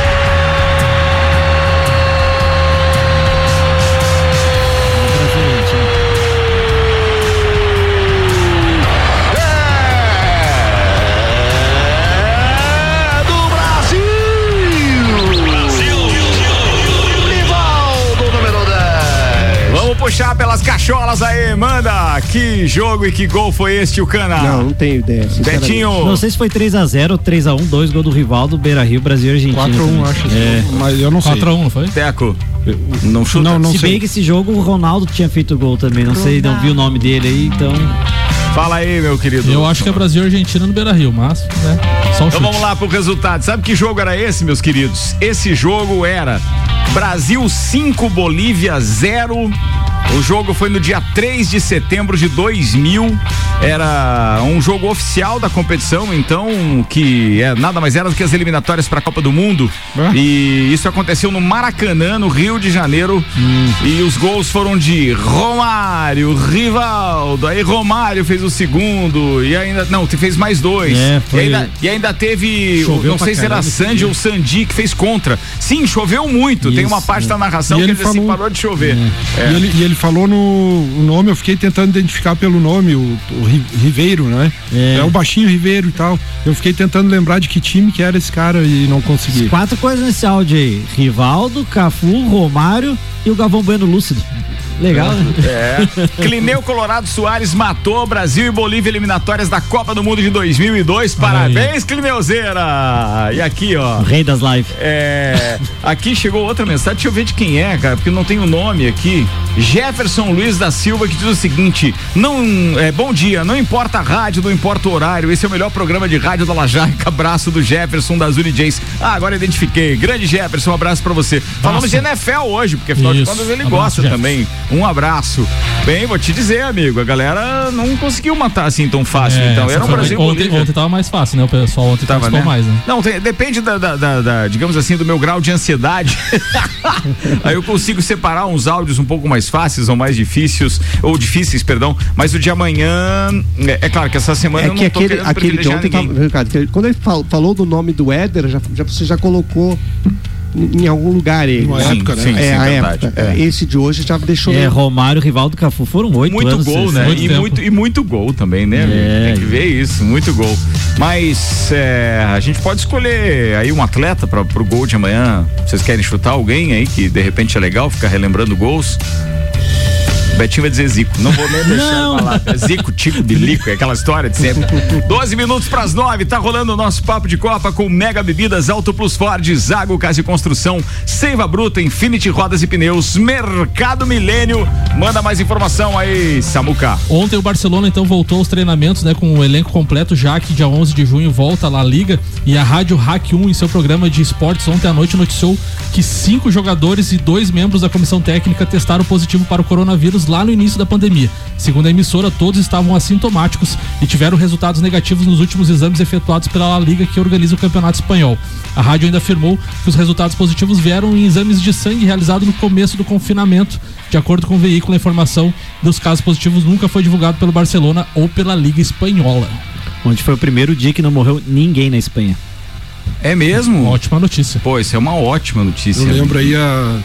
Puxar pelas cacholas aí, manda! Que jogo e que gol foi este, o Cana? Não tenho ideia. Betinho. Não sei se foi 3-0, 3-1, 2 gols do Rivaldo, Beira-Rio, Brasil e Argentina. 4-1, acho. Mas eu não sei. 4-1, não foi? Teco. Não chuta? Não sei. Se bem que esse jogo o Ronaldo tinha feito gol também, não sei, não vi o nome dele aí, então... Fala aí, meu querido. Eu acho que é Brasil e Argentina no Beira-Rio, mas, né, só um então vamos lá pro resultado. Sabe que jogo era esse, meus queridos? Esse jogo era Brasil 5, Bolívia 0. O jogo foi no dia 3 de setembro de 2000. Era um jogo oficial da competição, então, que nada mais era do que as eliminatórias para a Copa do Mundo. E isso aconteceu no Maracanã, no Rio de Janeiro. E os gols foram de Romário, Rivaldo. Aí Romário fez o segundo e ainda fez mais 2. E ainda teve, não sei se era Sandy ou Sandi que fez contra. Sim, choveu muito. Isso, tem uma parte da narração que ele assim parou de chover. E ele falou no nome, eu fiquei tentando identificar pelo nome, o Ribeiro, né? É o baixinho Ribeiro e tal. Eu fiquei tentando lembrar de que time que era esse cara e não consegui. 4 coisas nesse áudio aí: Rivaldo, Cafu, Romário e o Galvão Bueno lúcido. Legal, né? Clineu Colorado Soares matou Brasil e Bolívia eliminatórias da Copa do Mundo de 2002. Parabéns, Clineuzeira! E aqui, ó. O rei das lives. Aqui chegou outra mensagem, deixa eu ver de quem é, cara, porque não tem o nome aqui. Jefferson Luiz da Silva, que diz o seguinte: bom dia, não importa a rádio, não importa o horário, esse é o melhor programa de rádio da Lajaica. Abraço do Jefferson da Zuri Jays. Agora identifiquei. Grande Jefferson, um abraço pra você. Falamos de NFL hoje, porque afinal afinal de contas ele gosta também. Um abraço. Bem, vou te dizer, amigo, a galera não conseguiu matar assim tão fácil, então era um Brasil ontem tava mais fácil, né? O pessoal ontem tava, né? Mais, né? Não, depende digamos assim, do meu grau de ansiedade. Aí eu consigo separar uns áudios um pouco mais fáceis ou mais difíceis, perdão, mas o de amanhã, é claro que essa semana eu não tô querendo privilegiar ninguém. Quando ele falou do nome do Éder, você já colocou em algum lugar ele. Uma época, né? Sim, a época. Esse de hoje já deixou. Romário, Rivaldo, Cafu foram 8 muito anos. Muito gol, né? E muito gol também, né? Tem que ver isso, muito gol. Mas a gente pode escolher aí um atleta pro gol de amanhã. Vocês querem chutar alguém aí que de repente é legal ficar relembrando gols? Betinho vai dizer Zico, não vou nem deixar falar. Zico, Tico, Bilico, é aquela história de sempre. 12 minutos para as 9, tá rolando o nosso Papo de Copa com Mega Bebidas, Auto Plus Ford, Zago Casa e Construção, Seiva Bruta, Infinity Rodas e Pneus, Mercado Milênio. Manda mais informação aí, Samuca. Ontem o Barcelona então voltou aos treinamentos, né, com o elenco completo, já que dia 11 de junho volta lá a Liga, e a Rádio Hack 1 em seu programa de esportes ontem à noite noticiou que 5 jogadores e 2 membros da comissão técnica testaram positivo para o coronavírus lá no início da pandemia. Segundo a emissora, todos estavam assintomáticos e tiveram resultados negativos nos últimos exames efetuados pela La Liga, que organiza o Campeonato Espanhol. A rádio ainda afirmou que os resultados positivos vieram em exames de sangue realizados no começo do confinamento. De acordo com o veículo, a informação dos casos positivos nunca foi divulgada pelo Barcelona ou pela Liga Espanhola. Onde foi o primeiro dia que não morreu ninguém na Espanha. É mesmo? Ótima notícia. Pô, isso é uma ótima notícia. Eu lembro aí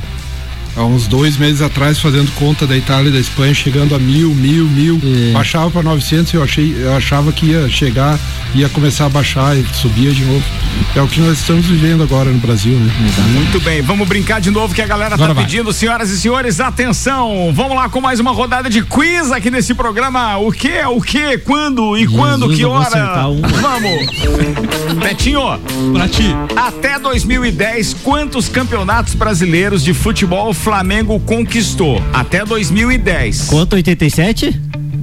há uns 2 meses atrás, fazendo conta da Itália e da Espanha, chegando a 1000, baixava para 900 e eu achava que ia chegar, ia começar a baixar e subia de novo. É o que nós estamos vivendo agora no Brasil, né? Muito bem, vamos brincar de novo que a galera agora tá pedindo, senhoras e senhores, atenção, vamos lá com mais uma rodada de quiz aqui nesse programa. O que, quando e quando, que hora? Vamos! Betinho, pra ti. Até 2010, quantos campeonatos brasileiros de futebol Flamengo conquistou? Até 2010. Quanto, 87?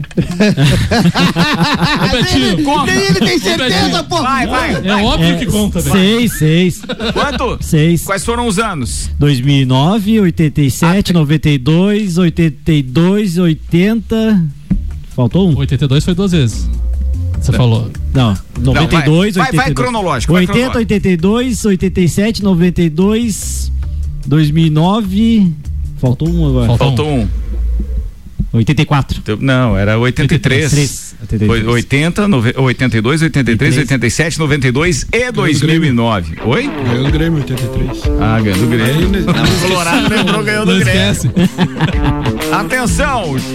Betinho, conta. Ele tem certeza, pô. Vai. É óbvio que conta. 6. Quanto? 6. Quais foram os anos? 2009, 87, 92, 82, 80. Faltou um? 82 foi 2 vezes. Você falou. Não, 92, 82. Vai cronológico. 80, 82, 87, 92, 2009. Faltou um agora. Faltou um. 84. Não, era 83. 80, 82, 83, 87, 92 e 2009. Oi? Ganhou do Grêmio, 83. Ah, ganhou do Grêmio. O Colorado lembrou, ganhou do Grêmio. Esquece. Atenção!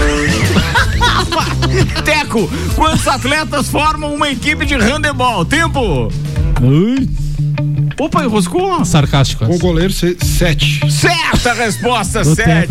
Teco, quantos atletas formam uma equipe de handebol? Tempo! Opa, enroscou? Sarcástico. Com o goleiro, 7. Certa resposta, 7.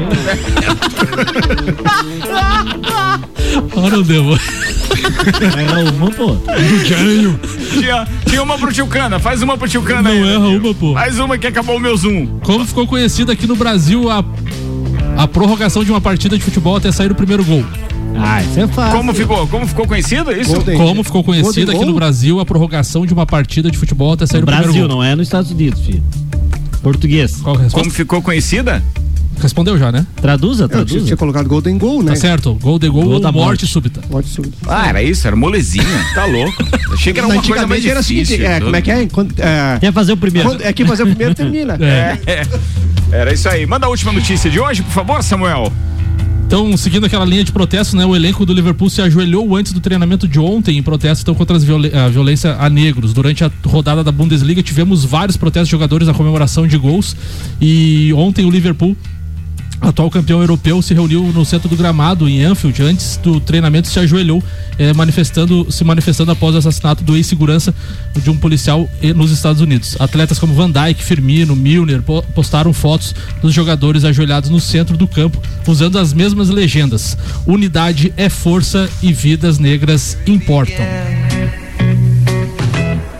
Ora, não deu. Era uma, pô. Tinha uma pro Tilcana, faz uma pro Tilcana aí. Não erra uma, pô. Faz uma que acabou o meu zoom. Como ficou conhecida aqui no Brasil a prorrogação de uma partida de futebol até sair o primeiro gol? Isso é fácil. Como ficou conhecido isso? Como ficou conhecida aqui no Brasil a prorrogação de uma partida de futebol até sair o primeiro gol? Brasil, não é nos Estados Unidos, filho. Português. Qual a resposta? Como ficou conhecida? Respondeu já, né? Traduza. Eu tinha colocado Golden Goal, né? Tá certo. Gol de gol ou da morte súbita. Morte súbita. Era isso, era molezinha. Tá louco. Achei que era uma coisa mais era difícil. Seguinte, como é que é? Quer fazer o primeiro? Quem fazer o primeiro termina. Era isso aí. Manda a última notícia de hoje, por favor, Samuel. Então, seguindo aquela linha de protesto, né, o elenco do Liverpool se ajoelhou antes do treinamento de ontem em protesto então, contra a violência a negros. Durante a rodada da Bundesliga tivemos vários protestos de jogadores na comemoração de gols e ontem o Liverpool, atual campeão europeu, se reuniu no centro do gramado em Anfield. Antes do treinamento se ajoelhou, se manifestando após o assassinato do ex-segurança de um policial nos Estados Unidos. Atletas como Van Dijk, Firmino, Milner postaram fotos dos jogadores ajoelhados no centro do campo, usando as mesmas legendas: unidade é força e vidas negras importam.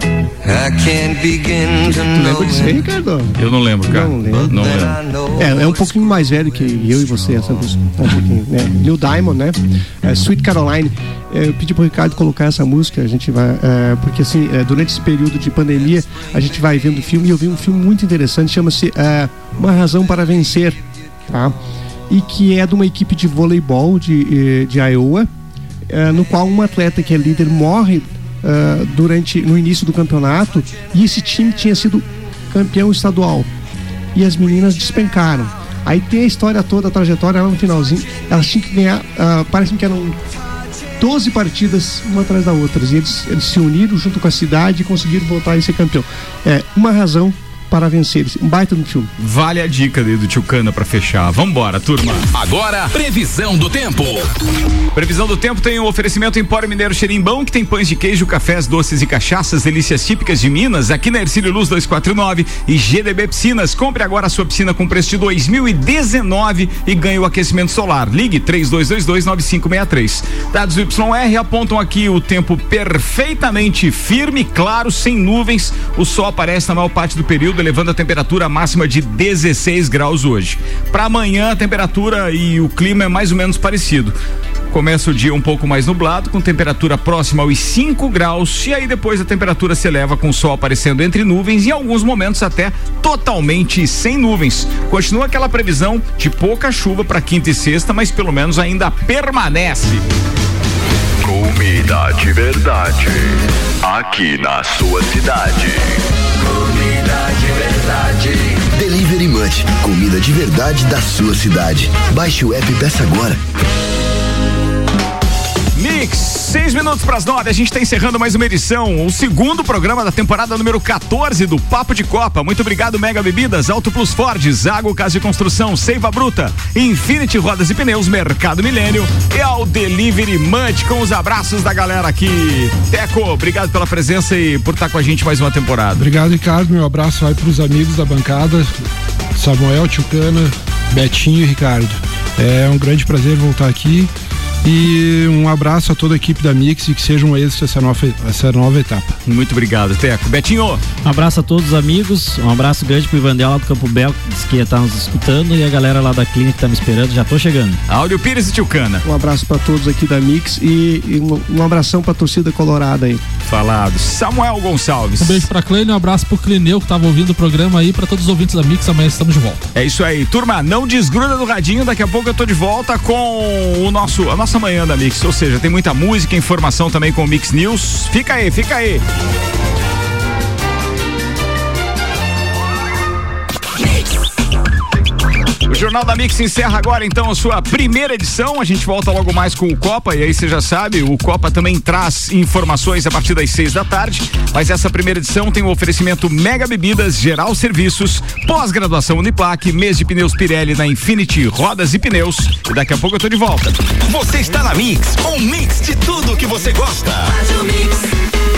Tu lembra disso aí, Ricardo? Eu não lembro, cara. Não lembro. É um pouquinho mais velho que eu e você, essa música. Um pouquinho, né? Neil Diamond, né? Sweet Caroline. Eu pedi pro Ricardo colocar essa música, a gente vai. Porque assim, durante esse período de pandemia, a gente vai vendo filme e eu vi um filme muito interessante, chama-se Uma Razão para Vencer, tá? E que é de uma equipe de voleibol de Iowa, no qual um atleta que é líder morre no início do campeonato, e esse time tinha sido campeão estadual e as meninas despencaram. Aí tem a história toda, a trajetória lá no finalzinho, elas tinham que ganhar, parece que eram 12 partidas uma atrás da outra, e eles se uniram junto com a cidade e conseguiram voltar a ser campeão. Uma razão para vencer. Um baita no filme. Vale a dica do Tio Cana pra fechar. Vambora, turma. Agora, previsão do tempo. Previsão do tempo tem o oferecimento Empório Mineiro Xerimbão, que tem pães de queijo, cafés, doces e cachaças, delícias típicas de Minas, aqui na Ercílio Luz 249 e GDB Piscinas. Compre agora a sua piscina com preço de 2019 e ganhe o aquecimento solar. Ligue 3222-9563. Dados YR apontam aqui o tempo perfeitamente firme, claro, sem nuvens. O sol aparece na maior parte do período, elevando a temperatura máxima de 16 graus hoje. Para amanhã a temperatura e o clima é mais ou menos parecido. Começa o dia um pouco mais nublado, com temperatura próxima aos 5 graus, e aí depois a temperatura se eleva com o sol aparecendo entre nuvens e em alguns momentos até totalmente sem nuvens. Continua aquela previsão de pouca chuva para quinta e sexta, mas pelo menos ainda permanece. Comida de verdade, aqui na sua cidade. Comida de verdade. Delivery Munch, comida de verdade da sua cidade. Baixe o app e peça agora. Mix, 6 minutos para as 9, a gente está encerrando mais uma edição, o segundo programa da temporada número 14 do Papo de Copa. Muito obrigado, Mega Bebidas, Auto Plus Ford, Zago Casa de Construção, Seiva Bruta, Infinity Rodas e Pneus, Mercado Milênio e ao Delivery Munch, com os abraços da galera aqui. Teco, obrigado pela presença e por estar com a gente mais uma temporada. Obrigado, Ricardo, meu abraço vai para os amigos da bancada, Samuel, Tio Cana, Betinho e Ricardo. É um grande prazer voltar aqui. E um abraço a toda a equipe da Mix e que seja um êxito essa nova etapa. Muito obrigado, Teco. Betinho. Um abraço a todos os amigos, um abraço grande pro Ivandel lá do Campo Belo, que disse que ia estar nos escutando, e a galera lá da clínica que tá me esperando, já tô chegando. Áudio Pires e Tio Cana. Um abraço para todos aqui da Mix e um abração pra torcida colorada aí. Falado. Samuel Gonçalves. Um beijo pra Cleine, um abraço pro Clineu que tava ouvindo o programa aí, pra todos os ouvintes da Mix, amanhã estamos de volta. É isso aí, turma, não desgruda do radinho, daqui a pouco eu tô de volta com a nossa manhã da Mix, ou seja, tem muita música, informação também com o Mix News. Fica aí. O Jornal da Mix encerra agora então a sua primeira edição. A gente volta logo mais com o Copa, e aí você já sabe, o Copa também traz informações a partir das 6 da tarde, mas essa primeira edição tem o oferecimento Mega Bebidas, Geral Serviços, pós-graduação Uniplac, mês de pneus Pirelli na Infinity Rodas e Pneus, e daqui a pouco eu tô de volta. Você está na Mix, um mix de tudo que você gosta. Faz o mix.